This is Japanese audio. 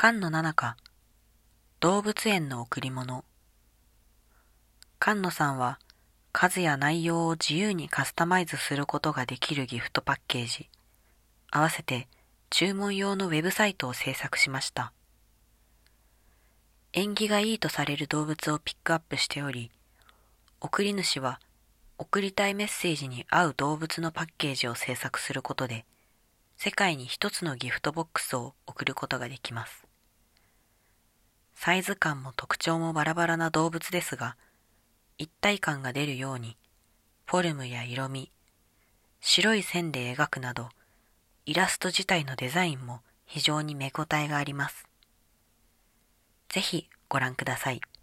菅野七花、動物園の贈り物。菅野さんは数や内容を自由にカスタマイズすることができるギフトパッケージ、合わせて注文用のウェブサイトを制作しました。縁起がいいとされる動物をピックアップしており、送り主は送りたいメッセージに合う動物のパッケージを制作することで、世界に一つのギフトボックスを送ることができます。サイズ感も特徴もバラバラな動物ですが、一体感が出るように、フォルムや色味、白い線で描くなど、イラスト自体のデザインも非常に見応えがあります。ぜひご覧ください。